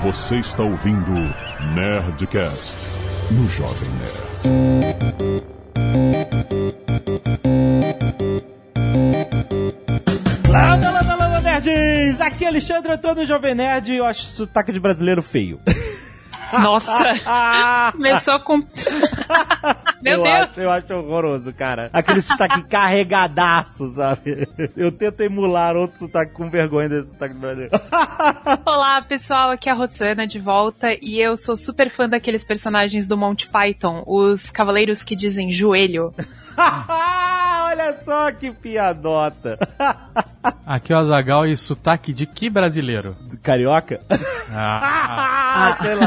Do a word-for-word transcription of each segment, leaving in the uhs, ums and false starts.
Você está ouvindo Nerdcast no Jovem Nerd. Landa, landa, landa, nerds! Aqui é Alexandre Antônio, Jovem Nerd, e eu acho sotaque de brasileiro feio. Nossa! Começou com... Meu eu Deus! Acho, eu acho horroroso, cara. Aquele sotaque carregadaço, sabe? Eu tento emular outro sotaque com vergonha desse sotaque brasileiro. Olá, pessoal. Aqui é a Rossana de volta e eu sou super fã daqueles personagens do Monty Python, os cavaleiros que dizem joelho. Olha só que piadota. Aqui é o Azaghal e sotaque de que brasileiro? Carioca? Ah, ah, sei lá.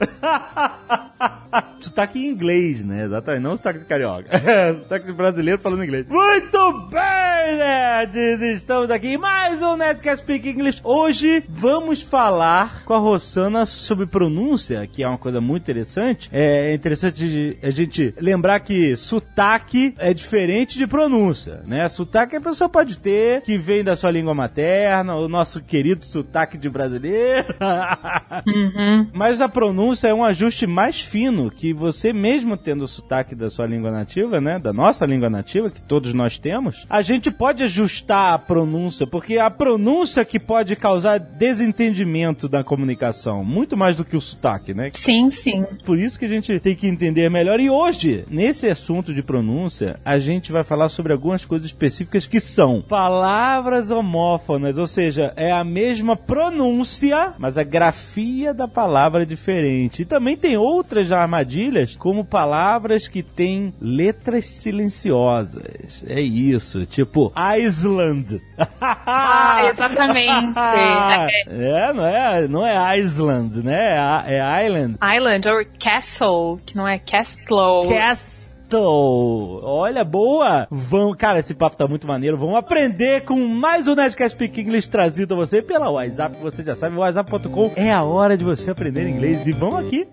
Sotaque em inglês, né? Exatamente, não sotaque de carioca. Sotaque de brasileiro falando inglês. Muito bem, nerds! Estamos aqui em mais um Nerdcast Speak English. Hoje vamos falar com a Rossana sobre pronúncia, que é uma coisa muito interessante. É interessante a gente lembrar que sotaque é diferente de pronúncia, né? Sotaque a pessoa pode ter, que vem da sua língua materna, o nosso querido sotaque de brasileiro. Uhum. Mas a pronúncia é um ajuste mais fino, que você mesmo tendo o sotaque da sua língua nativa, né? Da nossa língua nativa, que todos nós temos, a gente pode ajustar a pronúncia, porque a pronúncia que pode causar desentendimento da comunicação, muito mais do que o sotaque, né? Sim, sim. Por isso que a gente tem que entender melhor. E hoje, nesse assunto de pronúncia, a gente vai falar sobre algumas coisas específicas que são palavras homófonas, ou seja, é a mesma pronúncia, mas a grafia da palavra é diferente. E também tem outras armadilhas, como palavras que têm letras silenciosas. É isso, tipo Iceland. Ah, exatamente. É, não é, não é Iceland, né? É, é Island. Island ou Castle, que não é Castle. Castle. Olha, boa! Vamos, cara, esse papo tá muito maneiro. Vamos aprender com mais um Nerdcast Speak English trazido a você pela WhatsApp, que você já sabe, whatsapp ponto com. É a hora de você aprender inglês e vamos aqui!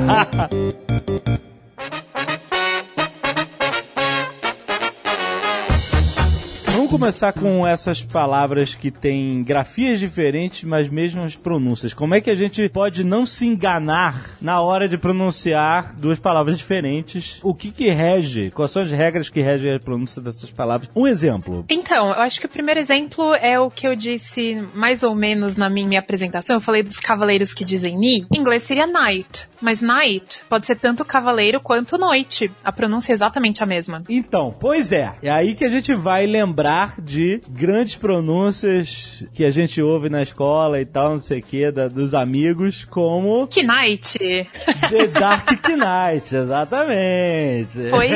Vamos começar com essas palavras que têm grafias diferentes, mas mesmas pronúncias. Como é que a gente pode não se enganar na hora de pronunciar duas palavras diferentes? O que que rege? Quais são as regras que regem a pronúncia dessas palavras? Um exemplo. Então, eu acho que o primeiro exemplo é o que eu disse mais ou menos na minha apresentação. Eu falei dos cavaleiros que dizem ni. Em inglês seria night, mas night pode ser tanto cavaleiro quanto noite. A pronúncia é exatamente a mesma. Então, pois é. É aí que a gente vai lembrar de grandes pronúncias que a gente ouve na escola e tal, não sei o que, da, dos amigos, como... Knight. The Dark Knight, exatamente. Pois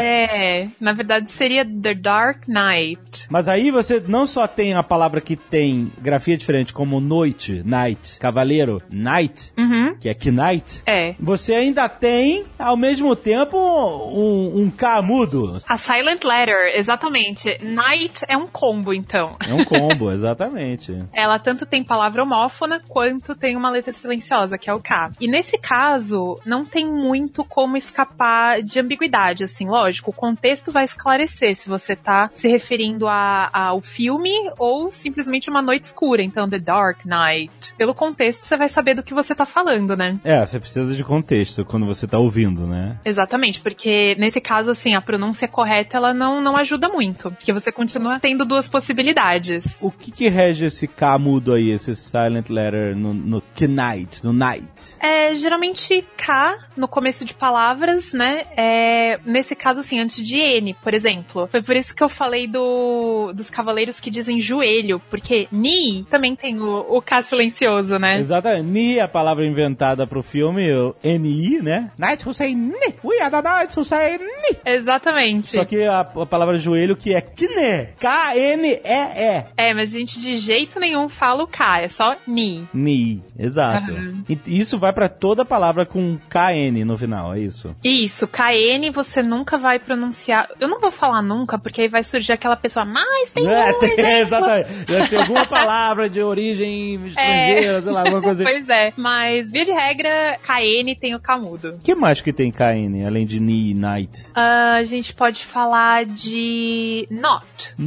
é. Na verdade seria The Dark Knight. Mas aí você não só tem a palavra que tem grafia diferente, como noite, night, cavaleiro, night, uhum. que é Knight. É. Você ainda tem, ao mesmo tempo, um, um K mudo. A silent letter, exatamente. Night é um combo, então. É um combo, exatamente. Ela tanto tem palavra homófona, quanto tem uma letra silenciosa, que é o K. E nesse caso, não tem muito como escapar de ambiguidade, assim, lógico. O contexto vai esclarecer se você tá se referindo a, ao filme ou simplesmente uma noite escura. Então, The Dark Knight. Pelo contexto, você vai saber do que você tá falando, né? É, você precisa de contexto quando você tá ouvindo, né? Exatamente, porque nesse caso, assim, a pronúncia correta, ela não, não ajuda muito. Porque você continua tendo duas possibilidades. O que que rege esse K mudo aí, esse silent letter no, no Knight, no night? É, geralmente K no começo de palavras, né? É, nesse caso, assim, antes de N, por exemplo. Foi por isso que eu falei do, dos cavaleiros que dizem joelho, porque ni também tem o, o K silencioso, né? Exatamente. Ni é a palavra inventada pro filme, o N I, né? Knights who say ni. We are the knights who say ni. Exatamente. Só que a, a palavra joelho que é kne. K N E E. É, mas a gente de jeito nenhum fala o K, é só ni. Ni, exato. Uhum. E isso vai pra toda palavra com K N no final, é isso? Isso, K N você nunca vai pronunciar. Eu não vou falar nunca, porque aí vai surgir aquela pessoa, mas tem é, um tem, exemplo. Exatamente. Tem alguma palavra de origem estrangeira, é. sei lá, alguma coisa. Pois é, mas via de regra, K N tem o K mudo. O que mais que tem K N, além de ni e night? Uh, a gente pode falar de not.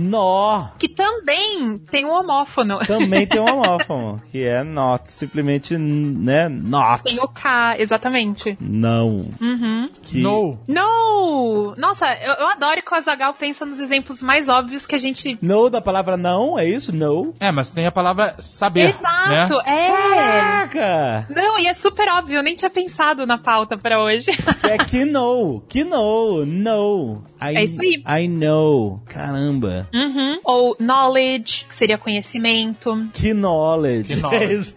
nó. Que também tem um homófono. Também tem um homófono, que é not. Simplesmente, né, not. Tem o K, exatamente. Não. Uhum. Que... No. No! Nossa, eu, eu adoro que o Azaghal pensa nos exemplos mais óbvios que a gente... No da palavra não, é isso? No. É, mas tem a palavra saber, Exato, né? é. Caraca! Não, e é super óbvio, eu nem tinha pensado na pauta pra hoje. Que é que know. Que know. No. I, É isso aí. I know. Caramba. Uhum. Ou knowledge, que seria conhecimento. Que knowledge. Que knowledge.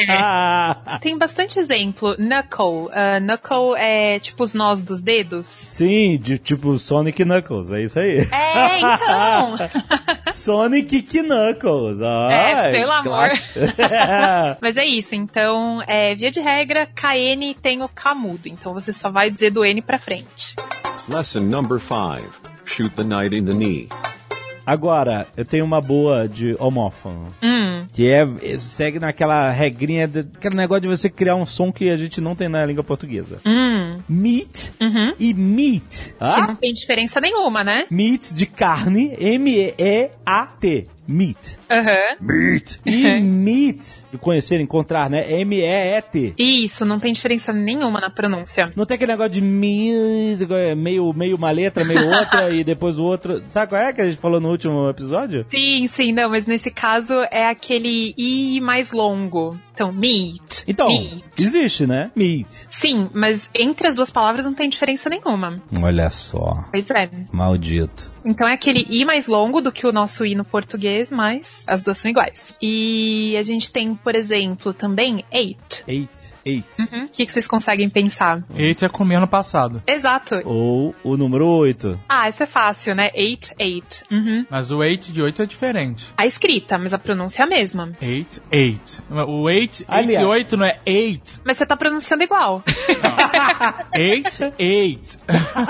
Tem bastante exemplo. Knuckle. Uh, knuckle é tipo os nós dos dedos. Sim, de tipo Sonic Knuckles, é isso aí. É, então. Sonic Knuckles. É, Ai, pelo amor. claro. Mas é isso, então, é, via de regra, K N tem o K mudo, então você só vai dizer do N pra frente. Lesson number five. Shoot the knight in the knee. Agora, eu tenho uma boa de homófono. Hum. Que é, segue naquela regrinha, de, aquele negócio de você criar um som que a gente não tem na língua portuguesa. Hum. Meat Uhum. e meat. Que Ah? não tem diferença nenhuma, né? Meat de carne, M E A T. Meat. Aham. Meat. E meat, de conhecer, encontrar, né? M E E T. Isso, não tem diferença nenhuma na pronúncia. Não tem aquele negócio de meat, meio, meio uma letra, meio outra e depois o outro. Sabe qual é que a gente falou no último episódio? Sim, sim, não, mas nesse caso é aquele I mais longo. Então, meat. Então, meat. existe, né? Meat. Sim, mas entre as duas palavras não tem diferença nenhuma. Olha só. Pois é. Maldito. Então é aquele I mais longo do que o nosso I no português, mas as duas são iguais. E a gente tem, por exemplo, também eight. Eight. Eight. Uhum. O que, que vocês conseguem pensar? Eight é comer no passado. Exato. Ou o número oito. Ah, isso é fácil, né? Eight, eight. Uhum. Mas o eight de oito é diferente. A escrita, mas a pronúncia é a mesma. Eight, eight. O eight, Aliás. eight, oito não é eight. Mas você tá pronunciando igual. Eight, eight.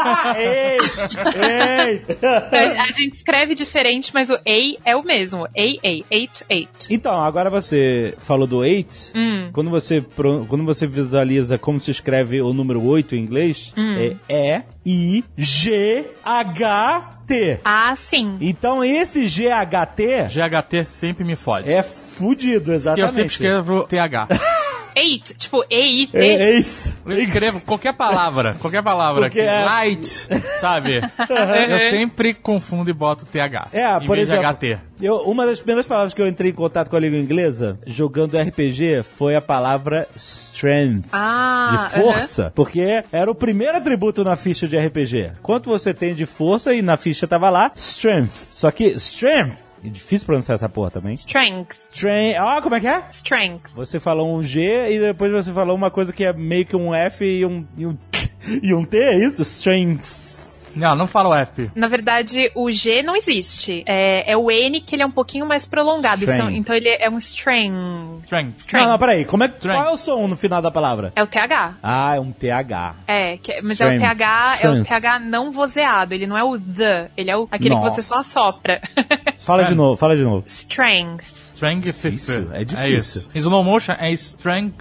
Ei! Ei! a, a gente escreve diferente, mas o A é o mesmo. A, A, eight, eight. Então, agora você falou do eight. Hum. Quando você, pro- quando você visualiza como se escreve o número oito em inglês, Hum. é E I G H T. Ah, sim. Então, esse G H T G H T sempre me fode. é fudido, Porque eu exatamente. sempre escrevo T H. Eight, tipo E I T. É, eighth. Eu escrevo qualquer palavra, qualquer palavra Porque aqui. é- Light, sabe? Eu sempre confundo e boto T H. É, em por vez exemplo, de H T. eu, uma das primeiras palavras que eu entrei em contato com a língua inglesa, jogando R P G, foi a palavra strength. Ah, De força, porque era o primeiro atributo na ficha de R P G. Quanto você tem de força e na ficha tava lá, strength. Só que strength, é difícil pronunciar essa porra também. Strength. Strength, ó, como é que é? Strength. Você falou um G e depois você falou uma coisa que é meio que um F e um, e um, e um T, é isso? Strength. Não, não fala o F. Na verdade, o G não existe. É, é o N que ele é um pouquinho mais prolongado. Strength. Então, então ele é um string. Strength. Strength. Não, não, peraí, como é, Strength. qual é o som no final da palavra? É o T H. Ah, é um T H. É, que- mas é o Strength. T H, é o Strength. T H não vozeado. Ele não é o the, ele é o, aquele Nossa. que você só assopra. Fala É. de novo, fala de novo. Strength. Strength. Difícil, é É difícil. isso. Em slow motion é strength.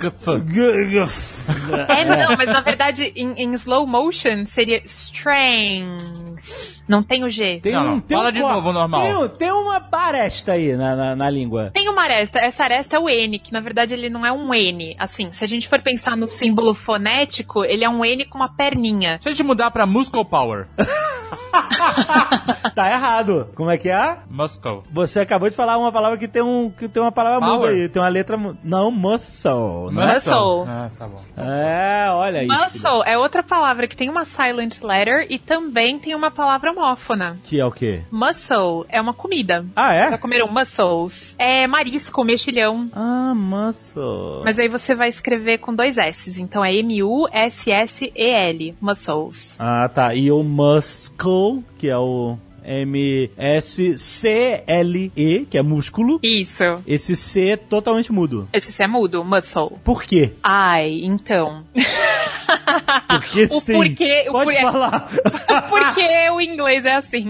É, não, mas na verdade, em, em slow motion seria strength. Não tem o G. Tem Não, um, não, tem fala um de cor- novo, normal. Tem, um- tem uma aresta aí na, na, na língua. Tem uma aresta. Essa aresta é o N, que na verdade ele não é um N. Assim, se a gente for pensar no símbolo fonético, ele é um N com uma perninha. Se a gente mudar pra muscle power. Tá errado. Como é que é? Muscle. Você acabou de falar uma palavra que tem, um, que tem uma palavra muda Power. aí. Tem uma letra... mu- Não, muscle. Né? Muscle. Ah, tá bom. É, olha aí. filho. Muscle é outra palavra que tem uma silent letter e também tem uma palavra homófona. Que é o quê? Mussel é uma comida. Ah, Já é? comeram mussels? É marisco, mexilhão. Ah, muscle. Mas aí você vai escrever com dois S's. Então é M U S S E L. Mussels. Ah, tá. E o muscle, que é o M S C L E, que é músculo. Isso. Esse C é totalmente mudo. Esse C é mudo. Muscle. Por quê? Ai, então. Porque o sim. Porquê, o Pode por... falar. Porque o inglês é assim.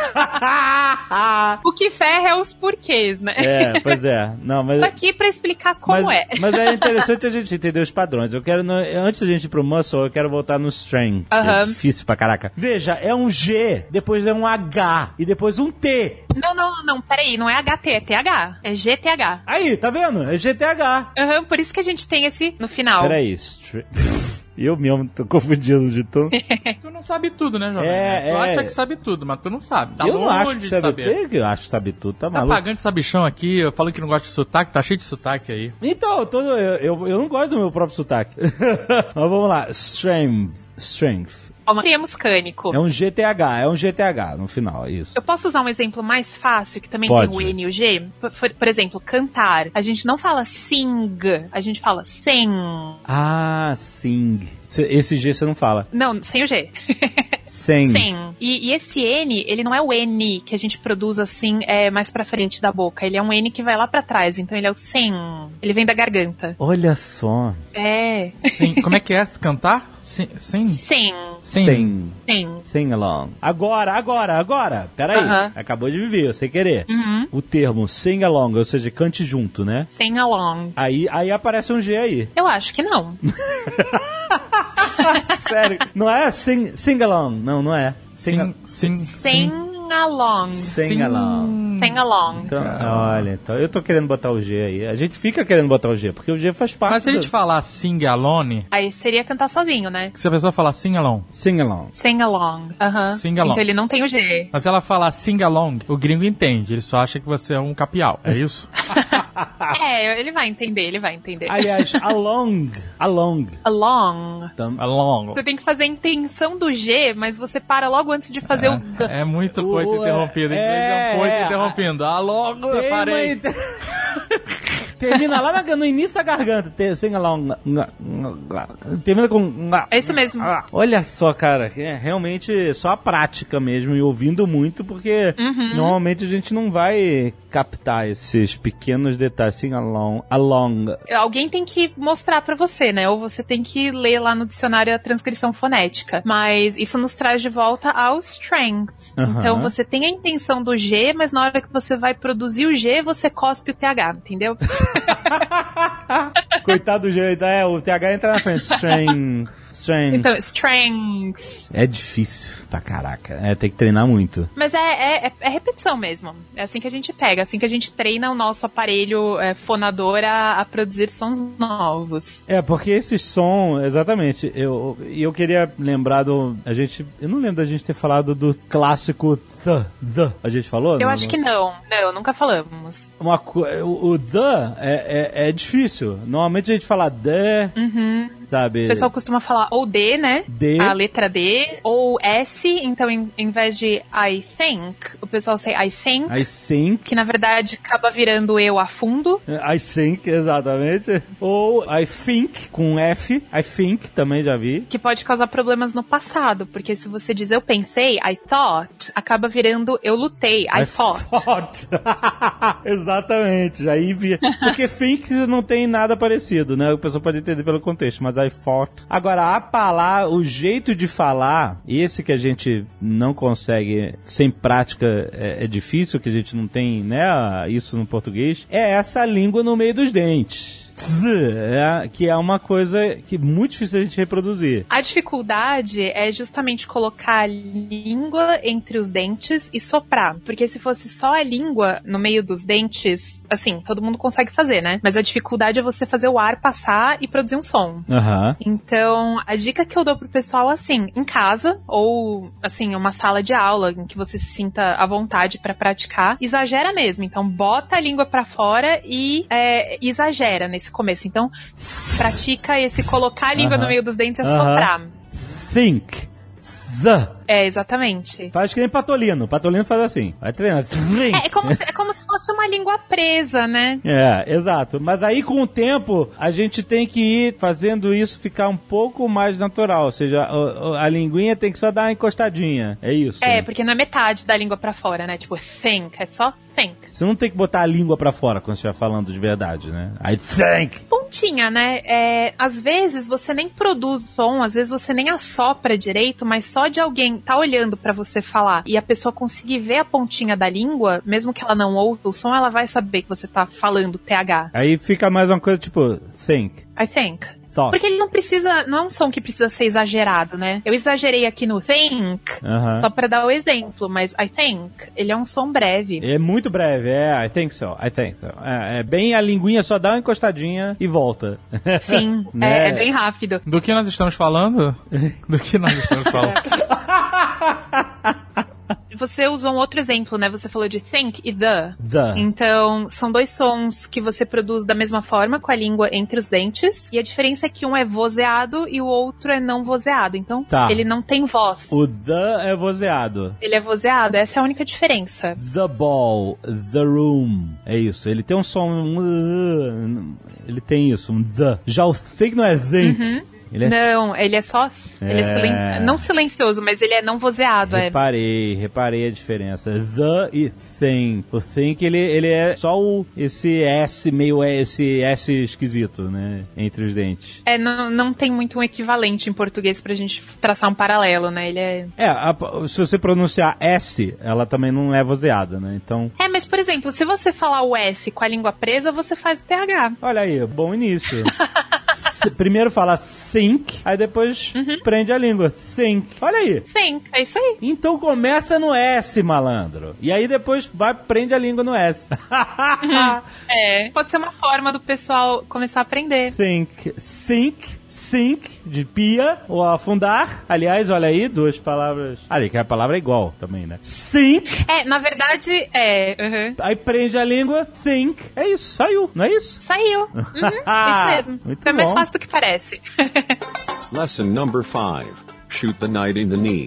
O que ferra é os porquês, né? É, pois é. Não, mas... Tô aqui pra explicar como mas, é. Mas é interessante a gente entender os padrões. Eu quero, no, antes da gente ir pro muscle, eu quero voltar no strength. Uhum. É difícil pra caraca. Veja, é um G, depois é um H e depois um T. Não, não, não, peraí, não é H T, é T H. É G T H. Aí, tá vendo? É G T H. Uhum, por isso que a gente tem esse no final. Peraí, stre... Eu mesmo tô confundindo de tom. Tu não sabe tudo, né, Jovem? É, Tu é. acha que sabe tudo, mas tu não sabe. Tá eu não longe acho que de sabe saber. tudo. Eu acho que sabe tudo, tá Tá maluco. pagando de sabichão aqui, eu falo que não gosta de sotaque, tá cheio de sotaque aí. Então, eu, tô, eu, eu, eu não gosto do meu próprio sotaque. Mas vamos lá. Strength. Strength. Criamos cânico. É um G T H, é um G T H no final, é isso. Eu posso usar um exemplo mais fácil, que também Pode. tem o N e o G? Por, por, por exemplo, cantar. A gente não fala sing, a gente fala sing. Ah, sing. Esse G você não fala. Não, sem o G. Sing. Sim. E, e esse N, ele não é o N que a gente produz assim, é, mais pra frente da boca. Ele é um N que vai lá pra trás, então ele é o sim. Ele vem da garganta. Olha só. É. Sim. Como é que é? Cantar? Sim. Sim. Sim. Sing. Sim. Sing along. Agora, agora, agora. Peraí. Uh-huh. Acabou de viver, sem querer. Uhum. O termo sing along, ou seja, cante junto, né? Sing along. Aí, aí aparece um G aí. Eu acho que não. Sério. Não é sing, sing along. Não, não é. Sim. Sim. Sing along. Sing along. Sing along. Então, olha, então eu tô querendo botar o G aí. A gente fica querendo botar o G, porque o G faz parte Mas se a gente do... falar sing alone, Aí seria cantar sozinho, né? se a pessoa falar sing along, Sing along. Sing along. Aham. Sing along. Então ele não tem o G. mas se ela falar sing along, o gringo entende, ele só acha que você é um capial, é isso? É, ele vai entender, ele vai entender. Aliás, along. Along. Along. Tam- Along. Você tem que fazer a intenção do G, mas você para logo antes de fazer o G. É, é muito coito O- interrompido, em inglês é é, um coito é, interrompendo. Along, Tem eu uma parei. ide- Termina lá na- no início da garganta. Te- Sing along. Termina com... É isso mesmo. Ah, olha só, cara. É realmente só a prática mesmo e ouvindo muito, porque Uhum. normalmente a gente não vai captar esses pequenos detalhes. Sing along. Along. Alguém tem que mostrar pra você, né? Ou você tem que ler lá no dicionário a transcrição fonética. Mas isso nos traz de volta ao strength. Aham. Então você tem a intenção do G, mas na hora que você vai produzir o G, você cospe o T H, entendeu? Coitado do jeito. É, o T H entra na frente. Strength. Strength. Então, strength. É difícil pra caraca. É, tem que treinar muito. Mas é, é, é- é repetição mesmo. É assim que a gente pega, assim que a gente treina o nosso aparelho é, fonador a, a produzir sons novos. É, porque esse som, exatamente, eu, eu queria lembrar do, a gente, eu não lembro da gente ter falado do clássico the, the, a gente falou? Eu acho que não, não, nunca falamos. Uma, co- o, o the é, é, é difícil, normalmente a gente fala the, Uhum. sabe? O pessoal costuma falar ou D, né? D. A letra D. Ou S, então em, em vez de I think, o pessoal say I think, I think, que na verdade acaba virando eu a fundo. I think, exatamente, ou I think, com F, I think, também já vi. Que pode causar problemas no passado, porque se você diz eu pensei, I thought, acaba virando eu lutei, I, thought. thought. Exatamente, aí vi. Porque think não tem nada parecido, né? O pessoal pode entender pelo contexto, mas I thought. Agora, a palavra, o jeito de falar, esse que a gente não consegue, sem prática, é, é difícil, que a gente não tem, né, isso no português, é essa língua no meio dos dentes. É, que é uma coisa que é muito difícil a gente reproduzir. A dificuldade é justamente colocar a língua entre os dentes e soprar. Porque se fosse só a língua no meio dos dentes, assim, todo mundo consegue fazer, né? Mas a dificuldade é você fazer o ar passar e produzir um som. Aham. Então, a dica que eu dou pro pessoal, assim, em casa, ou, assim, uma sala de aula em que você se sinta à vontade pra praticar, exagera mesmo. Então, bota a língua pra fora e é, exagera nesse começo. Então, pratica esse colocar a língua Aham. no meio dos dentes e Aham. soprar. Think. The. É, exatamente. Faz que nem Patolino. Patolino faz assim. Vai treinando. É, é, como se, é como se fosse uma língua presa, né? É, exato. Mas aí, com o tempo, a gente tem que ir fazendo isso ficar um pouco mais natural. Ou seja, a, a linguinha tem que só dar uma encostadinha. É isso. É, porque não é metade da língua pra fora, né? Tipo, think, é só think. Você não tem que botar a língua pra fora quando você estiver falando de verdade, né? I think. Pontinha, né? É, às vezes você nem produz som, às vezes você nem assopra direito, mas só de alguém tá olhando pra você falar e a pessoa conseguir ver a pontinha da língua, mesmo que ela não ouça o som, ela vai saber que você tá falando T H. Aí fica mais uma coisa tipo, think. I think. Thought. Porque ele não precisa, não é um som que precisa ser exagerado, né? Eu exagerei aqui no think, Uh-huh. só pra dar o exemplo, mas I think, ele é um som breve. É muito breve, é, I think so, I think so. É, é bem a linguinha, só dá uma encostadinha e volta. Sim, Né? é, é bem rápido. Do que nós estamos falando? Do que nós estamos falando? Você usou um outro exemplo, né? Você falou de think e the. The. Então, são dois sons que você produz da mesma forma, com a língua entre os dentes. E a diferença é que um é vozeado e o outro é não vozeado. Então, Tá. ele não tem voz. O the é vozeado. Ele é vozeado, essa é a única diferença. The ball, the room. É isso, ele tem um som... um, ele tem isso, um the. Já o think não é think. Uhum. Ele é... Não, ele é só... Ele é, É. silen... não silencioso, mas ele é não vozeado. É. Reparei, reparei a diferença. The e think. O think, ele, ele é só o, esse S, meio esse S esquisito, né? Entre os dentes. É, não, não tem muito um equivalente em português pra gente traçar um paralelo, né? Ele é... É, a- se você pronunciar S, ela também não é vozeada, né? Então, É, mas, por exemplo, se você falar o S com a língua presa, você faz o T H. olha aí, bom início. S- primeiro fala think, aí depois prende a língua. Think. Olha aí. Think, é isso aí. Então começa no S, malandro. E aí depois vai, prende a língua no S. É, pode ser uma forma do pessoal começar a aprender. Think. Sink. Sink, de pia, ou afundar. Aliás, olha aí, duas palavras. Ali, que a palavra é igual também, né? Sink. É, na verdade, é... uhum. Aí prende a língua. Think. É isso, saiu, não é isso? Saiu. Uhum, isso mesmo. Muito É mais bom. fácil do que parece. Lesson number five. Shoot the knight in the knee.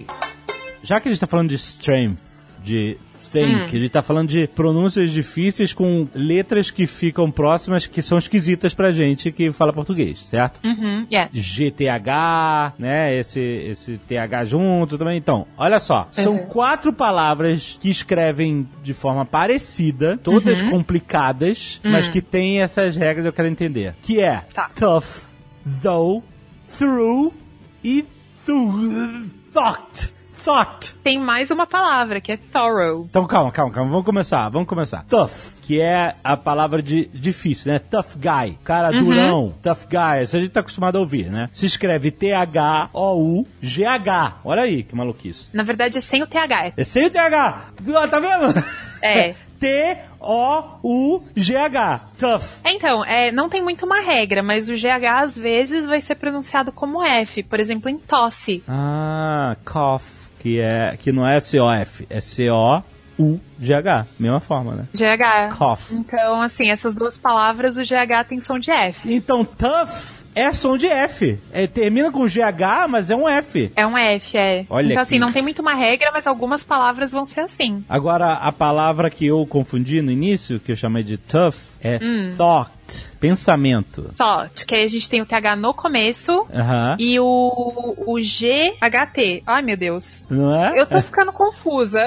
Já que a gente tá falando de strength, de think, Hum. a gente tá falando de pronúncias difíceis com letras que ficam próximas, que são esquisitas pra gente que fala português, certo? Uhum, yeah. G T H, né? Esse, esse T H junto também. Então, olha só. São Uhum. quatro palavras que escrevem de forma parecida, todas Uhum. complicadas, mas que tem essas regras que eu quero entender. Que é Tá. tough, though, through e through, thought. Thought. Tem mais uma palavra, que é thorough. Então calma, calma, calma. Vamos começar, vamos começar. Tough, que é a palavra de difícil, né? Tough guy. Cara durão. Tough guy. Isso a gente tá acostumado a ouvir, né? Se escreve T H O U G H. Olha aí, que maluquice. Na verdade, é sem o T H. É sem o T H. Ó, tá vendo? É. T O U G H. Tough. É, então, é, não tem muito uma regra, mas o G H às vezes vai ser pronunciado como F. Por exemplo, em tosse. Ah, cough. Que, é, que não é C O F, é C O U G H. Mesma forma, né? G H. Cough. Então, assim, essas duas palavras, o G H tem som de F. Então, tough é som de F. É, termina com G H, mas é um F. É um F, é. Olha então, assim, aqui. não tem muito uma regra, mas algumas palavras vão ser assim. Agora, a palavra que eu confundi no início, que eu chamei de tough, é thought. Pensamento. Thought, que aí a gente tem o T H no começo Aham. e o, o G H T. Ai, meu Deus. Não é? Eu tô ficando confusa.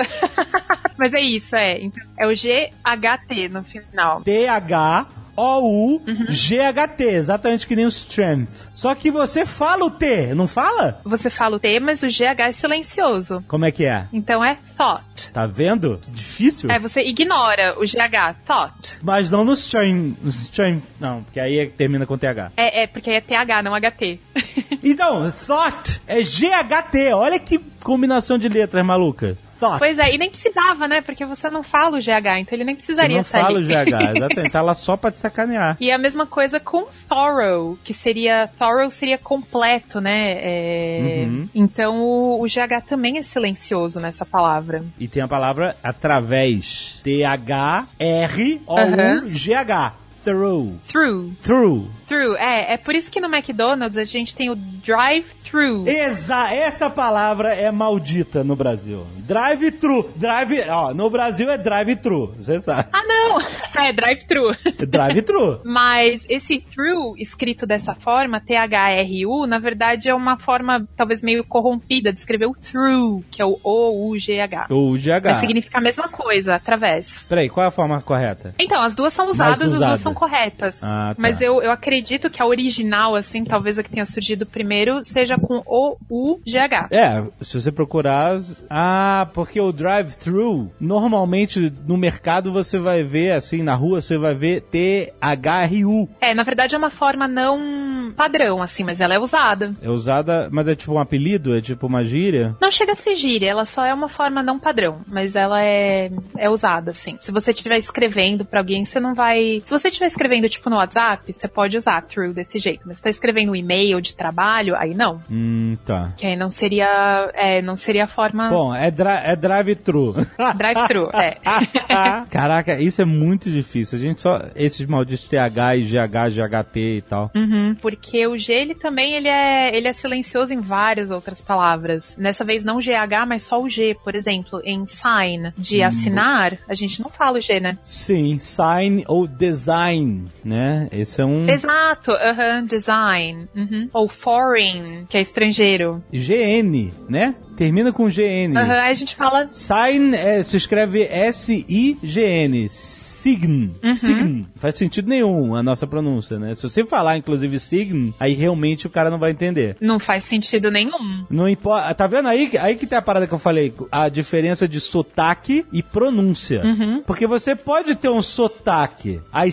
Mas é isso, é. Então, é o G H T no final. T H O U G H T, exatamente que nem o strength. Só que você fala o T, não fala? Você fala o T, mas o G H é silencioso. Como é que é? Então é thought. Tá vendo? Que difícil. É, você ignora o G H, thought. Mas não no strength. No strength, não, porque aí é que termina com T H. É, é porque aí é T H, não H T. Então, thought é G H T. Olha que combinação de letras maluca. Thought. Pois é, e nem precisava, né? Porque você não fala o G H, então ele nem Você precisaria não sair. fala o G H, exatamente. Tá lá só pra te sacanear. E a mesma coisa com thorough, que seria... Thorough seria completo, né? É, Uhum. Então o, o G H também é silencioso nessa palavra. E tem a palavra através. T H R O U G H. through? Through. Through. Through. É, é por isso que no McDonald's a gente tem o drive-through. Exa, essa palavra é maldita no Brasil. Drive-thru. Drive, ó, no Brasil é drive-thru, você sabe. Ah, não! É drive-thru. Drive-thru. Mas esse through, escrito dessa forma, T H R U, na verdade é uma forma talvez meio corrompida de escrever o through, que é o O U G H. O U G H. Mas significa a mesma coisa, através. Peraí, qual é a forma correta? Então, as duas são usadas, as usada. duas são corretas. Ah, tá. Mas eu, eu acredito que a original, assim, talvez a que tenha surgido primeiro, seja com O U G H. É, se você procurar... Ah, porque o drive-thru, normalmente no mercado você vai ver, assim, na rua, você vai ver T H R U. É, na verdade é uma forma não padrão, assim, mas ela é usada. É usada, mas é tipo um apelido? É tipo uma gíria? Não chega a ser gíria, ela só é uma forma não padrão, mas ela é, é usada, assim. Se você estiver escrevendo pra alguém, você não vai... Se você estiver escrevendo, tipo, no WhatsApp, você pode usar through desse jeito, mas se tá escrevendo um e-mail de trabalho, aí não. Hum, tá. Que aí não seria... É, não seria a forma... Bom, é, dra- é drive-thru. Drive-thru, é. Caraca, isso é muito difícil. A gente só... Esses malditos T H e G H, G H T e tal. Uhum, porque o G, ele também, ele é, ele é silencioso em várias outras palavras. Nessa vez não G H, mas só o G. Por exemplo, em sign, de assinar, a gente não fala o G, né? Sim, sign ou design, né? Esse é um... Exato, aham, design. Uhum. Ou foreign, que é estrangeiro. G N, né? Termina com G N. Aham, aí a gente fala... Sign é, se escreve S I G N. Sign. Uhum. Sign. Faz sentido nenhum a nossa pronúncia, né? Se você falar, inclusive, sign, aí realmente o cara não vai entender. Não faz sentido nenhum. Não importa. Tá vendo aí? Aí que tem a parada que eu falei. A diferença de sotaque e pronúncia. Uhum. Porque você pode ter um sotaque. I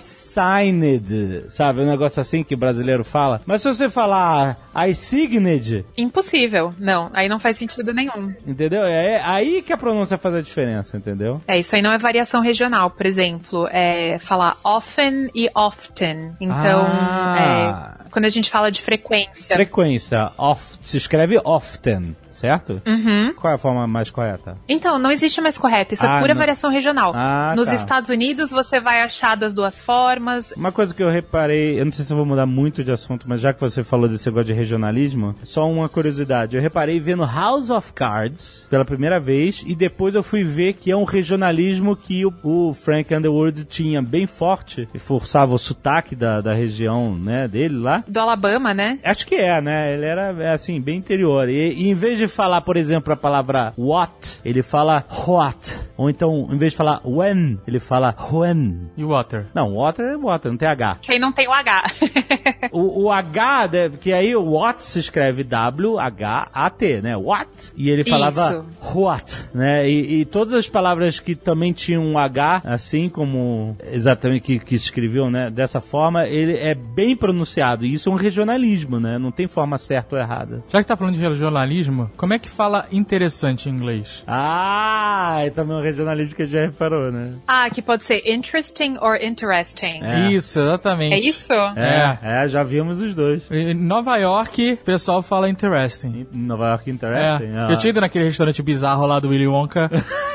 signed, sabe? Um negócio assim que o brasileiro fala. Mas se você falar I signed... Impossível. Não, aí não faz sentido nenhum. Entendeu? É aí que a pronúncia faz a diferença, entendeu? É, isso aí não é variação regional, por exemplo. É falar often e often. Então, Ah. é, quando a gente fala de frequência. Frequência. Oft, se escreve often, certo? Uhum. Qual é a forma mais correta? Então, não existe mais correto. Isso Ah, é pura não. variação regional. Ah, Nos tá. Estados Unidos, você vai achar das duas formas. Uma coisa que eu reparei, eu não sei se eu vou mudar muito de assunto, mas já que você falou desse negócio de regionalismo, só uma curiosidade. Eu reparei vendo House of Cards pela primeira vez e depois eu fui ver que é um regionalismo que o, o Frank Underwood tinha bem forte e forçava o sotaque da, da região, né, dele lá. Do Alabama, né? Acho que é, né? Ele era, assim, bem interior. E, e em vez de falar, por exemplo, a palavra what, ele fala what. Ou então, em vez de falar when, ele fala when. E water? Não, water é water, não tem H. Que aí não tem o H. O, o H, deve- que aí o what se escreve W H A T, né? What? E ele falava what, né? E, e todas as palavras que também tinham um H, assim como exatamente que, que se escreviam, né? Dessa forma, ele é bem pronunciado. E isso é um regionalismo, né? Não tem forma certa ou errada. Já que tá falando de regionalismo, como é que fala interessante em inglês? Ah, é também um regionalismo que a gente já reparou, né? Ah, que pode ser interesting or interesting. É. Isso, exatamente. É isso? É, é, já vimos os dois. Em Nova York, o pessoal fala interesting. Em Nova York Interesting. É. ah. Eu tinha ido naquele restaurante bizarro lá do Willy Wonka.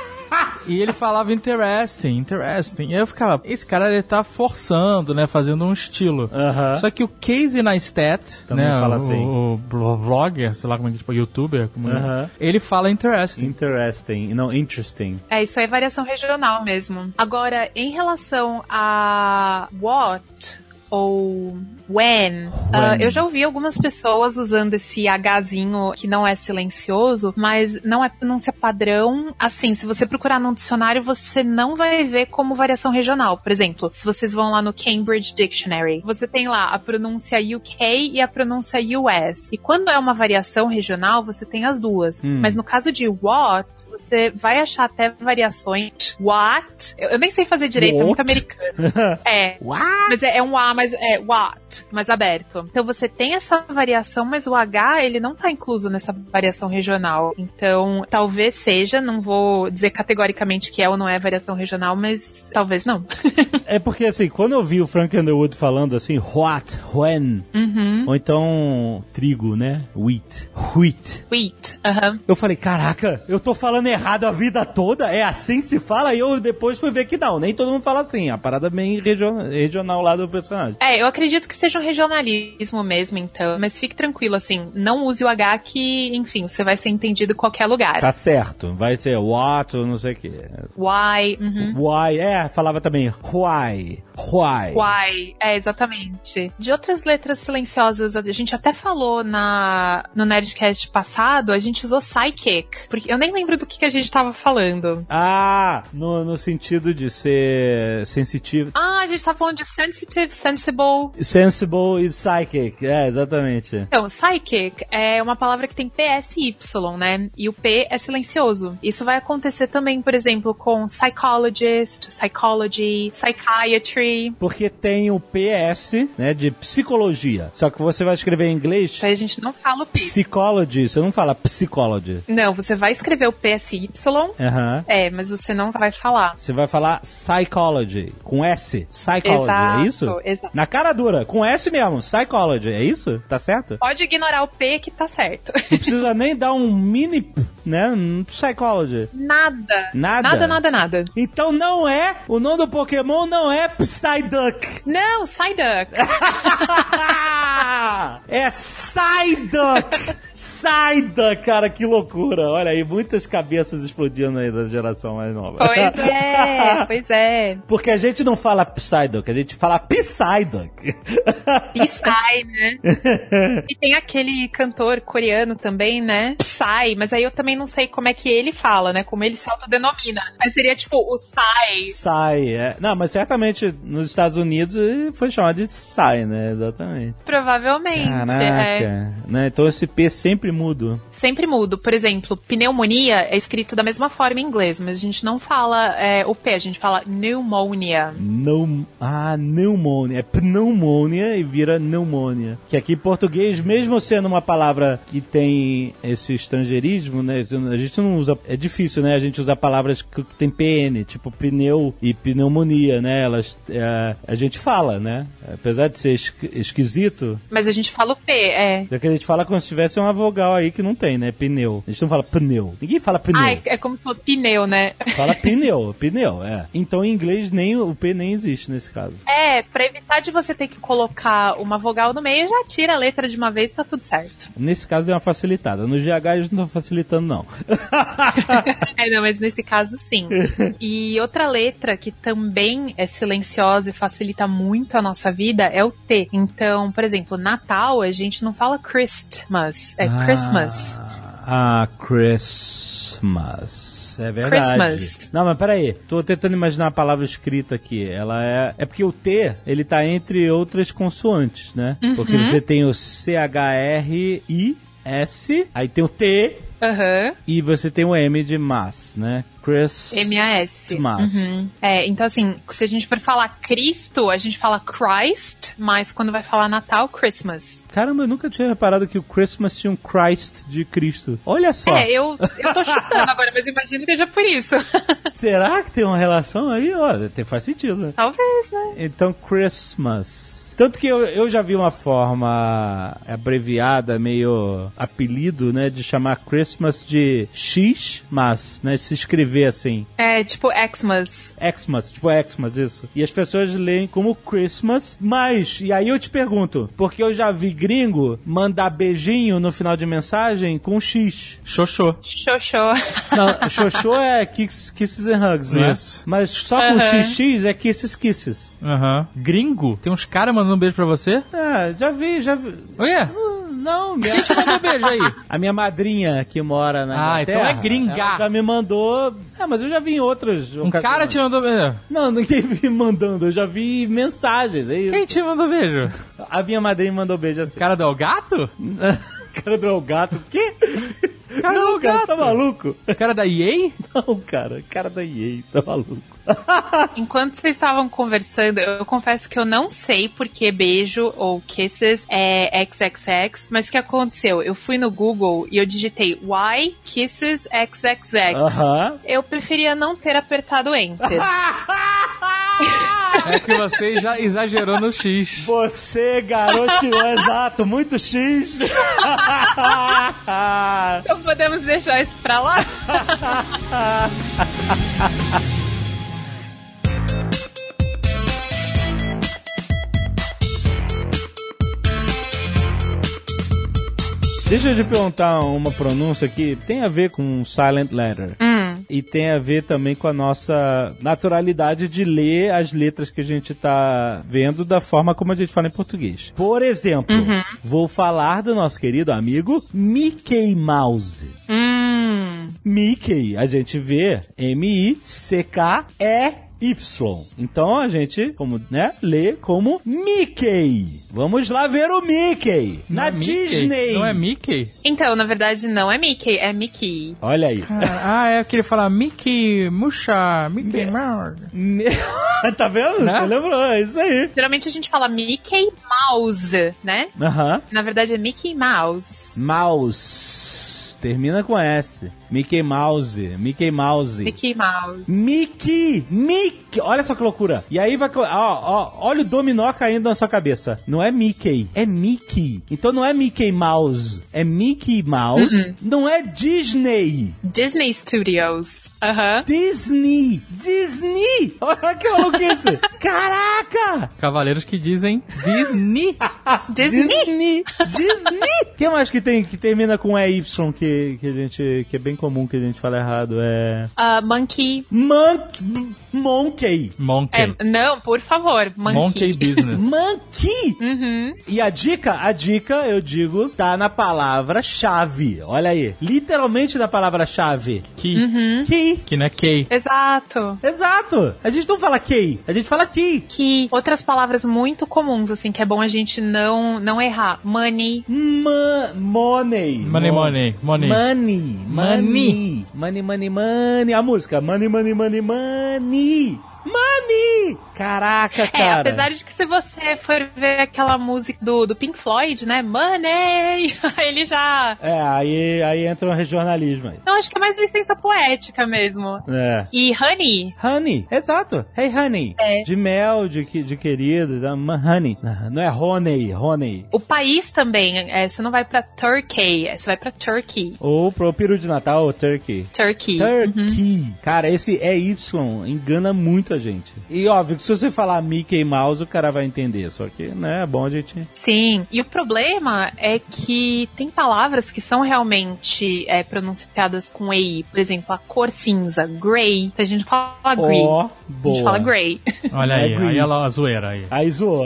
E ele falava interesting, interesting. E aí eu ficava, esse cara deve estar forçando, né? Fazendo um estilo. Aham. Só que o Casey Neistat, Também né? fala o, assim. o vlogger, sei lá como é que tipo, youtuber, como é, Aham. ele fala interesting. Interesting, não, interesting. É, isso aí é variação regional mesmo. Agora, em relação a what ou when, uh, eu já ouvi algumas pessoas usando esse Hzinho que não é silencioso, mas não é pronúncia padrão. Assim, se você procurar num dicionário, você não vai ver como variação regional. Por exemplo, se vocês vão lá no Cambridge Dictionary, você tem lá a pronúncia U K e a pronúncia U S. E quando é uma variação regional, você tem as duas. Hum. Mas no caso de what, você vai achar até variações. What? Eu, eu nem sei fazer direito, é muito What? americano. É. What? Mas é, é um A, mas é what, mais aberto. Então você tem essa variação, mas o H, ele não tá incluso nessa variação regional. Então, talvez seja, não vou dizer categoricamente que é ou não é variação regional, mas talvez não. É porque, assim, quando eu vi o Frank Underwood falando assim, what, when, Uhum. Uhum. Ou então trigo, né? Wheat. Wheat. Wheat. Aham. Eu falei, caraca, eu tô falando errado a vida toda? É assim que se fala? E eu depois fui ver que não, nem todo mundo fala assim. A parada é bem regional, regional lá do personagem. É, eu acredito que seja um regionalismo mesmo, então. Mas fique tranquilo, assim, não use o H que, enfim, você vai ser entendido em qualquer lugar. Tá certo. Vai ser what ou não sei o que. Why. Uhum. Why. É, falava também why. Why. Why. É, exatamente. De outras letras silenciosas, a gente até falou na, no Nerdcast passado, a gente usou psychic. Porque eu nem lembro do que, que a gente tava falando. Ah, no, no sentido de ser sensitivo. Ah, a gente tava falando de sensitive, sensible. Sensible e psychic. É, exatamente. Então, psychic é uma palavra que tem P S Y, né? E o P é silencioso. Isso vai acontecer também, por exemplo, com psychologist, psychology, psychiatry. Porque tem o P S, né, de psicologia. Só que você vai escrever em inglês... Aí a gente não fala o P. Psychology. Você não fala psychology. Não, você vai escrever o P S Y. Aham. É, mas você não vai falar. Você vai falar psychology, com S. Psychology, Exato, é isso? exato. Na cara dura, com S mesmo, psychology, é isso? Tá certo? Pode ignorar o P que tá certo. Não precisa nem dar um mini, p, né, um psychology. Nada. Nada? Nada, nada, nada. Então não é, o nome do Pokémon não é Psyduck. Não, Psyduck. É Psyduck. Psyduck, cara, que loucura. Olha aí, muitas cabeças explodindo aí da geração mais nova. Pois é, pois é. Porque a gente não fala Psyduck, a gente fala Psyduck. Psy, né? E tem aquele cantor coreano também, né? Psy, mas aí eu também não sei como é que ele fala, né? Como ele se autodenomina. Mas seria tipo o Psy. Psy, é. Não, mas certamente nos Estados Unidos ele foi chamado de Psy, né? Exatamente. Provavelmente. Caraca. É. Né? Então esse P sempre mudo. Sempre mudo. Por exemplo, pneumonia é escrito da mesma forma em inglês, mas a gente não fala é, o P, a gente fala pneumonia. No, ah, pneumonia. É pneumonia e vira pneumonia. Que aqui em português, mesmo sendo uma palavra que tem esse estrangeirismo, né? A gente não usa... É difícil, né? A gente usar palavras que tem P N, tipo pneu e pneumonia, né? Elas... É, a gente fala, né? Apesar de ser esquisito... Mas a gente fala o P, é. É que a gente fala como se tivesse uma vogal aí que não tem, né? Pneu. A gente não fala pneu. Ninguém fala pneu. Ah, é, é como se fosse pneu, né? Fala pneu, pneu, é. Então em inglês nem o P nem existe nesse caso. É, pra evitar de você ter que colocar uma vogal no meio, já tira a letra de uma vez e tá tudo certo. Nesse caso deu uma facilitada. No G H eles não estão facilitando, não. É, não, mas nesse caso sim. E outra letra que também é silenciosa e facilita muito a nossa vida é o T. Então, por exemplo, Natal a gente não fala Christmas, é ah, Christmas. Ah, Christmas. É verdade. Christmas. Não, mas peraí. Tô tentando imaginar a palavra escrita aqui. Ela é... É porque o T, ele tá entre outras consoantes, né? Uhum. Porque você tem o C H R I S, aí tem o T... Uhum. E você tem o M de Mass, né? Chris... M A S. Mass. Uhum. É, então assim, se a gente for falar Cristo, a gente fala Christ, mas quando vai falar Natal, Christmas. Caramba, eu nunca tinha reparado que o Christmas tinha um Christ de Cristo. Olha só. É, eu, eu tô chutando agora, mas imagino que seja por isso. Será que tem uma relação aí? Olha, faz sentido, né? Talvez, né? Então, Christmas... Tanto que eu, eu já vi uma forma abreviada, meio apelido, né, de chamar Christmas de X-mas, né, se escrever assim. É, tipo Xmas. Xmas, tipo Xmas, isso. E as pessoas leem como Christmas, mas, e aí eu te pergunto, porque eu já vi gringo mandar beijinho no final de mensagem com X. Xoxô. Xoxô. Não, xoxô é kiss, kisses and hugs, né? Isso. Mas só com Uhum. X X é kisses kisses. Aham. Gringo? Tem uns caras mandando um beijo pra você? É, já vi, já vi. Olha. Não, minha... Quem te mandou beijo aí? A minha madrinha que mora na Ah, Inglaterra, então é gringa. ela já me mandou... É, mas eu já vi em outras Um cara te mandou beijo? Não, ninguém me mandando, eu já vi mensagens, é isso. Quem te mandou beijo? A minha madrinha mandou beijo assim. O cara do El Gato? cara do El Gato, o quê? Cara Não, do cara, Gato. tá maluco? O cara da E A? Não, cara, cara da E A, tá maluco. Enquanto vocês estavam conversando, eu confesso que eu não sei porque beijo ou kisses é X X X, mas o que aconteceu? Eu fui no Google e eu digitei why kisses X X X. Aham. Eu preferia não ter apertado enter. É que você já exagerou no X. Você garoteou, exato, muito X. Então podemos deixar isso pra lá? Deixa eu te perguntar uma pronúncia que tem a ver com silent letter. Hum. E tem a ver também com a nossa naturalidade de ler as letras que a gente tá vendo da forma como a gente fala em português. Por exemplo, Uhum. vou falar do nosso querido amigo Mickey Mouse. Hum. Mickey, a gente vê M I C K E Y. Então a gente, como, né, lê como Mickey. Vamos lá ver o Mickey Não na é Mickey? Disney. Não é Mickey? Então, na verdade, não é Mickey, é Mickey. Olha aí. Ah, é que ele fala Mickey Musha, Mickey Mouse. Me- tá vendo? Né? Você lembrou, é isso aí. Geralmente a gente fala Mickey Mouse, né? Aham. Na verdade é Mickey Mouse. Mouse. Termina com S. Mickey Mouse. Mickey Mouse. Mickey Mouse. Mickey! Mickey! Olha só que loucura. E aí vai... Ó, ó, olha o dominó caindo na sua cabeça. Não é Mickey, é Mickey. Então não é Mickey Mouse, é Mickey Mouse. Uh-uh. Não é Disney. Disney Studios. Aham. Disney! Disney! Olha que maluquice! Caraca! Cavaleiros que dizem Disney. Disney. Disney! Disney! O que mais que tem que termina com E Y que, que a gente... que é bem comum que a gente fala errado? É... Uh, monkey. Monkey! Monkey! Monkey. É, não, por favor. Monkey. Monkey Business. Monkey! Uhum. E a dica, a dica, eu digo, tá na palavra-chave. Olha aí. Literalmente na palavra-chave. Key. Uhum. Key. Que não é Key. Exato. Exato. A gente não fala key, a gente fala key. Que outras palavras muito comuns, assim, que é bom a gente não, não errar. Money. Ma money. Money, Mo- money, money. Money. Money. Money. Money, money, money. A música. Money, money, money, money. Money! Caraca, É, cara. apesar de que se você for ver aquela música do, do Pink Floyd, né? Money! Ele já... É, aí, aí entra um regionalismo aí. Não, acho que é mais licença poética mesmo. É. E Honey. Honey, exato. Hey, honey. É. De mel, de, que- de querido. da- ma- Honey. Não é honey, honey. O país também, é, você não vai pra Turkey, é, você vai pra Turkey. Ou pro peru de Natal, turkey. Turkey. Uhum. Turkey. Cara, esse E Y engana muito a gente. E óbvio que se você falar Mickey Mouse, o cara vai entender. Só que, né, é bom a gente... Sim, e o problema é que tem palavras que são realmente é, pronunciadas com E I. Por exemplo, a cor cinza, grey. A gente fala grey. Ó, A boa. gente fala grey. Olha aí, É green. aí ela a zoeira aí. Aí zoou.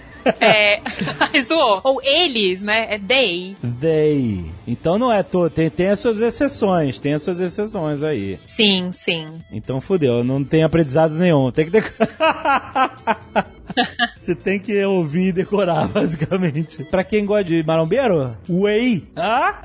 É, aí zoou. Ou eles, né? É they. They. Então não é todo. Tem, tem as suas exceções. Tem as suas exceções aí. Sim, sim. Então fudeu. Não tem aprendizado nenhum. Tem que decorar. Você tem que ouvir e decorar, basicamente. Pra quem gosta de marombeiro, whey. Ah?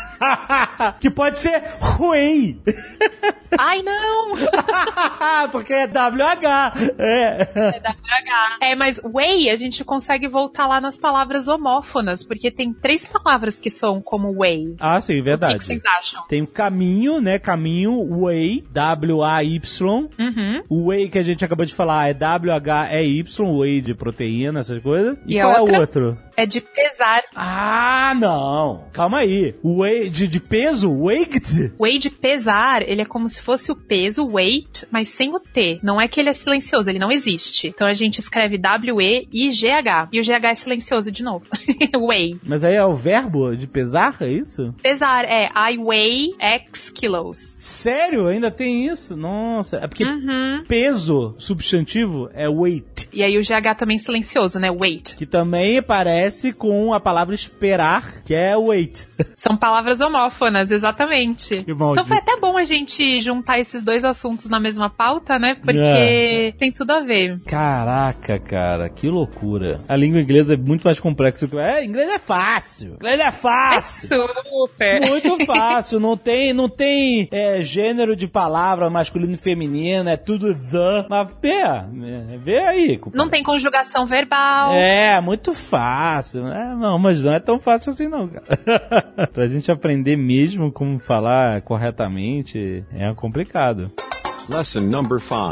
Que pode ser whey. Ai, não! Porque é W H. É. É W H. É, mas way a gente consegue voltar lá nas palavras homófonas, porque tem três palavras que soam como way. Ah, sim, O que, verdade. que vocês acham? Tem o caminho, né? Caminho, whey, W A Y. Uhum. O whey que a gente acabou de falar é W H E Y, whey de proteína, essas coisas. E, E a qual é o outra? outro? É de pesar. Ah, não. Calma aí. Whey de, de peso? Weight? Way de pesar, ele é como se fosse o peso, weight, mas sem o T. Não é que ele é silencioso, ele não existe. Então a gente escreve W E I G H. E o G H é silencioso de novo. Way. Mas aí é o verbo de pesar, é isso? Pesar é I weigh X kilos. Sério? Ainda tem isso? Nossa. É porque Uhum. peso, substantivo, é weight. E aí o G H também é silencioso, né? Weight. Que também parece com a palavra esperar, que é weight. São palavras homófonas, exatamente. Que maldito. Então foi até bom a gente juntar esses dois assuntos na mesma pauta, né? Porque É. tem tudo a ver. Caraca, cara, que loucura. A língua inglesa é muito mais complexa que... É, inglês é fácil. Inglês é É fácil. super. Muito fácil, não tem, não tem é, gênero de palavra masculino e feminino, é tudo the. Mas vê, é, vê aí. compadre. Não tem conjugação verbal. É, muito fácil. É, não, mas não é tão fácil assim não, cara. Pra gente aprender mesmo como falar corretamente, é complicado. Lesson number five.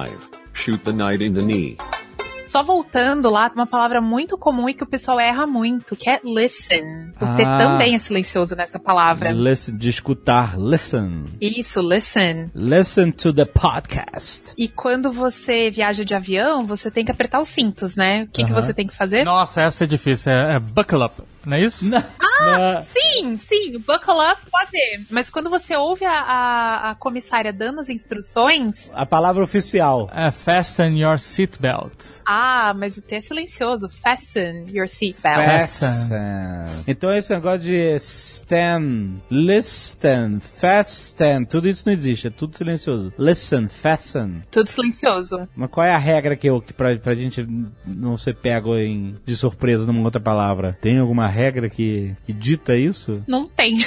shoot the knight in the knee. Só voltando lá, uma palavra muito comum e que o pessoal erra muito, que é listen. O T Ah. também é silencioso nessa palavra. Listen, de escutar. Listen. Isso, listen. Listen to the podcast. E quando você viaja de avião, você tem que apertar os cintos, né? O que, que Aham. você tem que fazer? Nossa, essa é difícil. É, é buckle up, não é isso? Ah, sim, sim, buckle up pode ser. Mas quando você ouve a, a, a comissária dando as instruções... A palavra oficial. É fasten your seatbelt. Ah, mas o T é silencioso. Fasten your seatbelt. Fasten. Então esse negócio de stand, listen, fasten, tudo isso não existe, é tudo silencioso. Listen, fasten. Tudo silencioso. Mas qual é a regra que, eu, que pra, pra gente não ser pego em, de surpresa numa outra palavra? Tem alguma regra que, que dita isso? Não tem.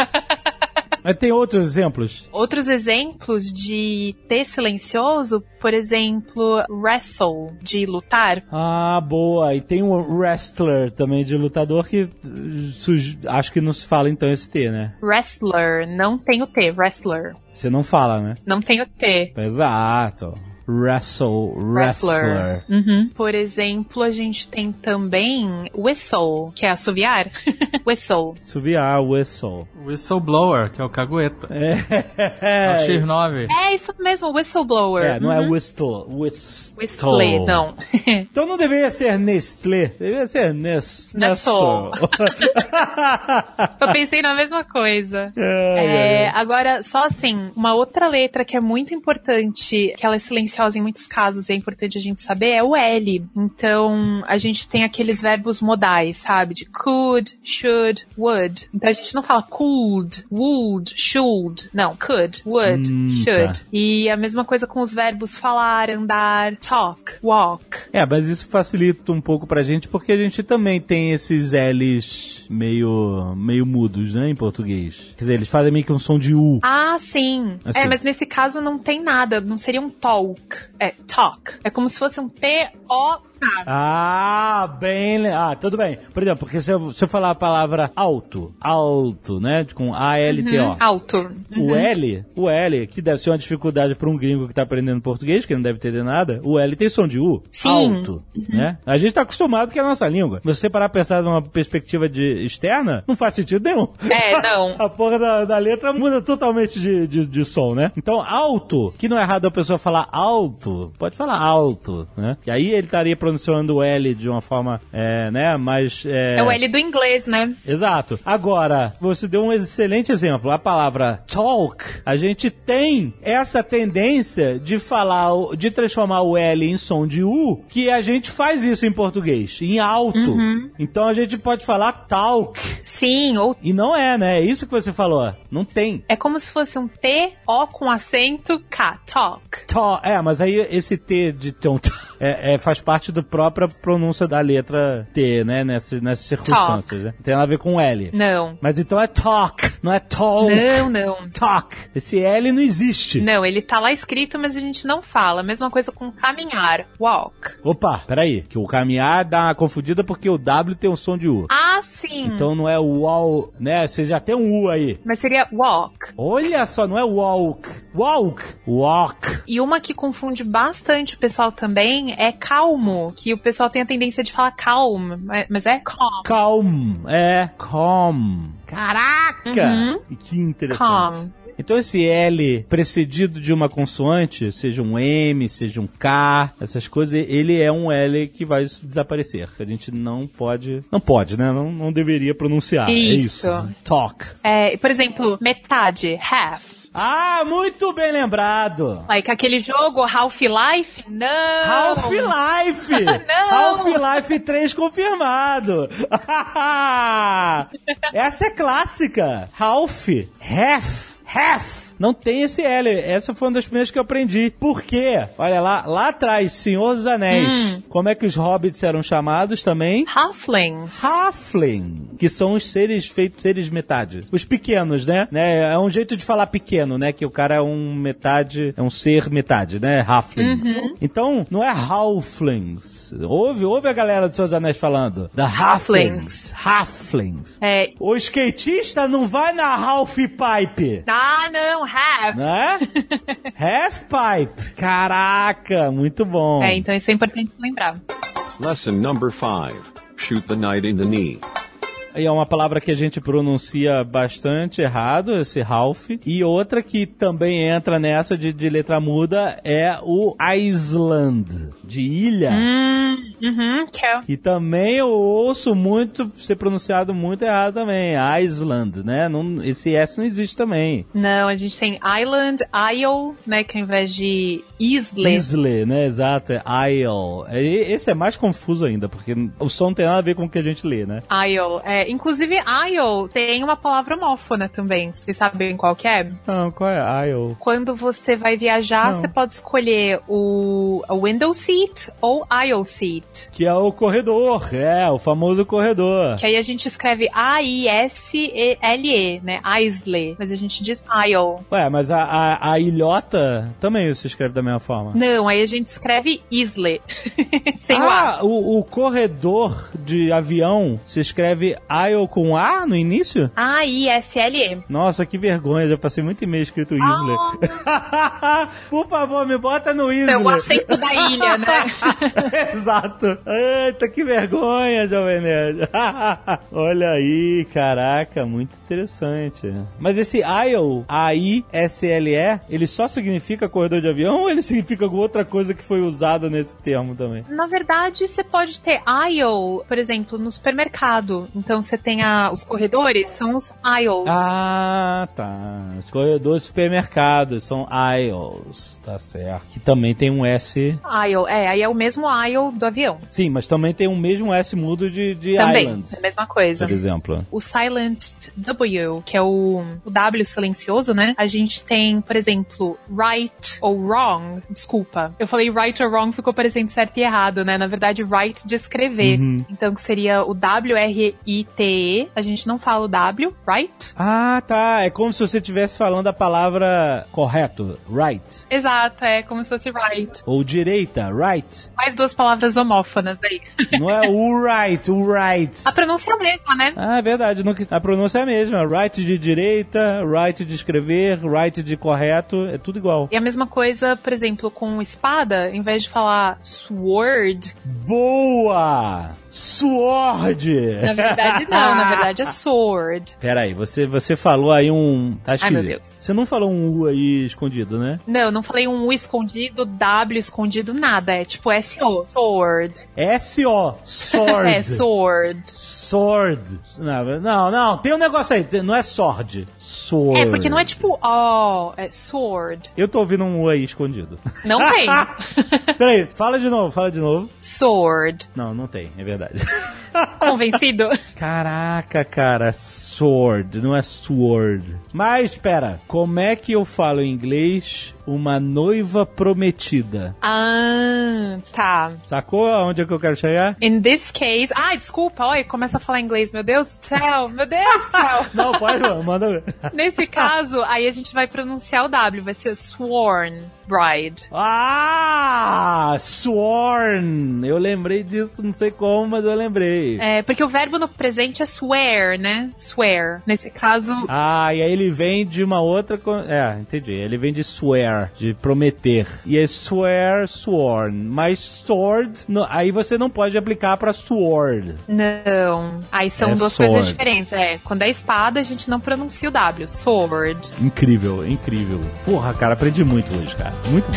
Mas tem outros exemplos? Outros exemplos de T silencioso, por exemplo, wrestle, de lutar. Ah, boa. E tem um wrestler também de lutador que uh, suj... acho que não se fala então esse T, né? Wrestler, não tem o T, wrestler. Você não fala, né? Não tem o T. Exato. Wrestle, wrestler. Uhum. Por exemplo, a gente tem também whistle, que é assoviar. Whistle. Subiar, whistle. Whistleblower, que é o cagueta. É, É o X nove. É isso mesmo, whistleblower. é não é Uhum. whistle, whistle. Whistle, não. Então não deveria ser Nestlé, deveria ser Nes... Nestle. Nestle. Eu pensei na mesma coisa. Ai, É, ai. agora, só assim, uma outra letra que é muito importante, que ela é silenciosa em muitos casos e é importante a gente saber, é o L. Então, a gente tem aqueles verbos modais, sabe? De could, should, would. Então, a gente não fala could, would, should. Não, could, would, Hum, should. tá. E a mesma coisa com os verbos falar, andar, talk, walk. É, mas isso facilita um pouco pra gente, porque a gente também tem esses L's meio, meio mudos, né, em português. Quer dizer, eles fazem meio que um som de U. Ah, sim. Assim. É, mas nesse caso não tem nada, não seria um talk. É, talk. É como se fosse um T O K. Ah, bem... le- Ah, tudo bem. Por exemplo, porque se eu, se eu falar a palavra alto, alto, né, com A L T O. Uhum, alto. O L, o L, que deve ser uma dificuldade para um gringo que tá aprendendo português, que não deve entender nada, o L tem som de U, Sim. alto, né? A gente tá acostumado que é a nossa língua. Se você parar a pensar numa perspectiva de externa, não faz sentido nenhum. É, não. A porra da, da letra muda totalmente de, de, de som, né? Então, alto, que não é errado a pessoa falar alto, pode falar alto, né? E aí ele estaria pronunciando o L de uma forma, é, né, mais... É... É o L do inglês, né? Exato. Agora, você deu um excelente exemplo. A palavra talk, a gente tem essa tendência de falar, o- de transformar o L em som de U, que a gente faz isso em português, em alto. Então a gente pode falar talk. Sim, ou E não é, né? É isso que você falou. Não tem. é como se fosse um T, O com acento, K, talk. Tó, é, mas aí esse T de tom é, é, faz parte da própria pronúncia da letra T, né? Nessas, nessas circunstâncias, né? Tem nada a ver com L. Não. Mas então é talk, não é talk. Não, não. Talk. Esse L não existe. Não, ele tá lá escrito, mas a gente não fala. Mesma coisa com caminhar, walk. Opa, peraí, que o caminhar dá uma confundida porque o W tem um som de U. Ah, sim. Então não é o wall, né? Você já tem um U aí. Mas seria walk. Olha só, não é walk. Walk. Walk. E uma que confunde bastante o pessoal também é calmo, que o pessoal tem a tendência de falar calm, mas- mas é calm. Calm. É, calm. Caraca! Uhum. Que interessante. Calm. Então esse L precedido de uma consoante, seja um M, seja um K, essas coisas, ele é um L que vai desaparecer. A gente não pode... Não pode, né? Não, não deveria pronunciar. Isso. É isso. Talk. É, por exemplo, metade, half. Ah, muito bem lembrado! Like aquele jogo Half-Life? Não! Half-Life! Não. Half-Life três confirmado! Essa é clássica! Half, half, half! Não tem esse L. Essa foi uma das primeiras que eu aprendi. Por quê? Olha lá, lá atrás, Senhor dos Anéis. Hum. Como é que os hobbits eram chamados também? Halflings. Halfling, que são os seres feitos, seres metade. Os pequenos, né? né? É um jeito de falar pequeno, né? Que o cara é um metade, é um ser metade, né? Halflings. Uhum. Então, não é Halflings. Ouve, ouve a galera dos Seus Anéis falando. Da Halflings. Halflings. É, O skatista não vai na Half Pipe. ah, não, half. Né? Half pipe. Caraca, muito bom. É, então isso é importante lembrar. Lesson number five. Shoot the knight in the knee. E é uma palavra que a gente pronuncia bastante errado, esse Ralph. E outra que também entra nessa de, de letra muda é o Island, de ilha. Hum, uhum, que é... E também eu ouço muito ser pronunciado muito errado também. Island, né? Não, esse S não existe também. Não, a gente tem Island, Isle, né? Que ao invés de Isle. Isle, né? Exato, é Isle. Esse é mais confuso ainda, porque o som não tem nada a ver com o que a gente lê, né? Isle, é. Inclusive, Isle tem uma palavra homófona também. Vocês sabem qual que é? Não, qual é Isle? Quando você vai viajar, Não. você pode escolher o a window seat ou aisle seat. Que é o corredor, é, o famoso corredor. Que aí a gente escreve A I S E L E, né? Isle. Mas a gente diz Isle. Ué, mas a, a, a ilhota também se escreve da mesma forma. Não, aí a gente escreve Isle. Sem o A. Ah, o, o corredor de avião se escreve aisle com A no início? A I S L E. Nossa, que vergonha, já passei muito e-mail escrito Isle. Ah. Por favor, me bota no Isle. É o acento da ilha, né? Exato. Eita, que vergonha, Jovem Nerd. Olha aí, caraca, muito interessante. Mas esse aisle, A I S L E, ele só significa corredor de avião ou ele significa alguma outra coisa que foi usada nesse termo também? Na verdade, você pode ter aisle, por exemplo, no supermercado. Então você tem a, os corredores, são os aisles. Ah, tá. Os corredores de supermercado são aisles, tá certo. Que também tem um S. Aisle, é, aí é o mesmo aisle do avião. Sim, mas também tem o mesmo S mudo de, de Também, islands. é a mesma coisa. Por exemplo. O silent W, que é o, o W silencioso, né? A gente tem, por exemplo, right ou wrong. Desculpa. Eu falei right ou wrong, ficou parecendo certo e errado, né? Na verdade, right de escrever. Uhum. Então, que seria o W R I T E. A gente não fala o W, right? Ah, tá. É como se você estivesse falando a palavra correto, right. Exato, é como se fosse right. Ou direita, right. Mais duas palavras homófonas aí. Não é o right, o right. A pronúncia é a mesma, né? Ah, é verdade. A pronúncia é a mesma. Right de direita, right de escrever, right de correto, é tudo igual. E a mesma coisa, por exemplo, com espada, em vez de falar sword... Boa! Sword! Na verdade não, na verdade é sword. Peraí, você, você falou aí um... Tá esquisito. Ai, meu Deus. Você não falou um U aí escondido, né? Não, não falei um U escondido, W escondido, nada. É tipo S O, sword. S O, sword. É, sword. Sword. Não, não, não, tem um negócio aí, não é sword. Sword. É, porque não é tipo O, é sword. Eu tô ouvindo um U aí escondido. Não tem. Peraí, fala de novo, fala de novo. Sword. Não, não tem, é verdade. Convencido? Caraca, cara, sword, não é sword. Mas, espera, como é que eu falo em inglês uma noiva prometida? Ah, tá. Sacou aonde é que eu quero chegar? In this case... Ai, desculpa, olha, começa a falar inglês. Meu Deus do céu, meu Deus do céu. Não, pode, manda ver. Nesse caso, aí a gente vai pronunciar o W, vai ser sworn bride. Ah, sworn. Eu lembrei disso, não sei como, mas eu lembrei. É, porque o verbo no presente é swear, né? Swear. Nesse caso... Ah, e aí ele vem de uma outra... co- É, entendi. Ele vem de swear, de prometer. E é swear, sworn. Mas sword, no- aí você não pode aplicar pra sword. Não. Aí são É duas sword. coisas diferentes. É, quando é espada, a gente não pronuncia o W. Sword. Incrível, incrível. Porra, cara, aprendi muito hoje, cara. Muito bom.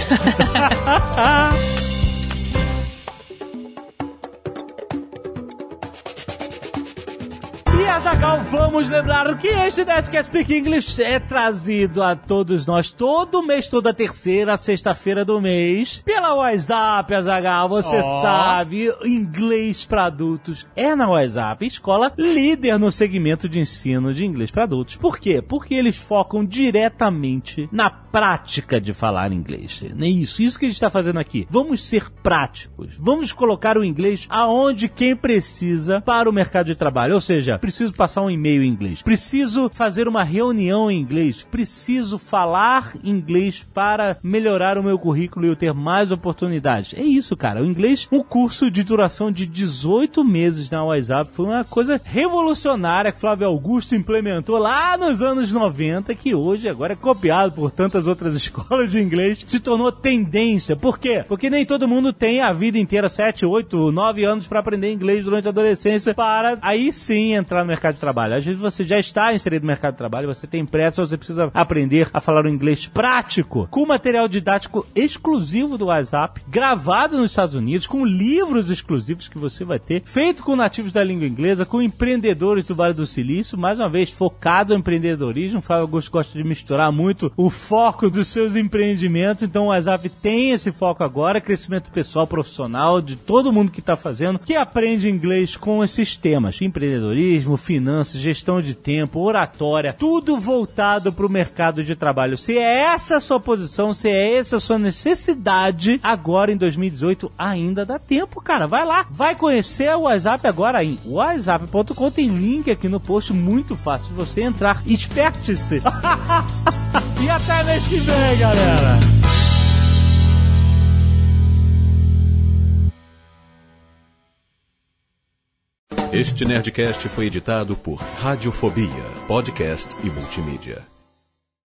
E Azaghal, vamos lembrar que este Nerdcast Speak English é trazido a todos nós todo mês, toda terceira, sexta-feira do mês, pela WhatsApp, Azaghal. Você Oh. sabe, inglês para adultos é na WhatsApp, escola líder no segmento de ensino de inglês para adultos. Por quê? Porque eles focam diretamente na prática de falar inglês. É isso, isso que a gente está fazendo aqui. Vamos ser práticos. Vamos colocar o inglês aonde quem precisa para o mercado de trabalho. Ou seja, preciso preciso passar um e-mail em inglês, preciso fazer uma reunião em inglês, preciso falar inglês para melhorar o meu currículo e eu ter mais oportunidades. É isso, cara. O inglês, um curso de duração de dezoito meses na WhatsApp, foi uma coisa revolucionária que Flávio Augusto implementou lá nos anos noventa, que hoje agora é copiado por tantas outras escolas de inglês, se tornou tendência. Por quê? Porque nem todo mundo tem a vida inteira, sete, oito, nove anos para aprender inglês durante a adolescência, para aí sim entrar no mercado de trabalho. Às vezes você já está inserido no mercado de trabalho, você tem pressa, você precisa aprender a falar o inglês prático, com material didático exclusivo do WhatsApp, gravado nos Estados Unidos, com livros exclusivos que você vai ter, feito com nativos da língua inglesa, com empreendedores do Vale do Silício, mais uma vez focado no empreendedorismo. O Flávio Augusto gosta de misturar muito o foco dos seus empreendimentos, então o WhatsApp tem esse foco agora, crescimento pessoal, profissional, de todo mundo que está fazendo, que aprende inglês com esses temas, empreendedorismo, finanças, gestão de tempo, oratória, tudo voltado para o mercado de trabalho. Se é essa a sua posição, se é essa a sua necessidade, agora em dois mil e dezoito ainda dá tempo, cara. Vai lá, vai conhecer o WhatsApp agora em whatsapp ponto com, tem link aqui no post, muito fácil de você entrar. Esperte-se! E até mês que vem, galera! Este Nerdcast foi editado por Radiofobia, podcast e multimídia.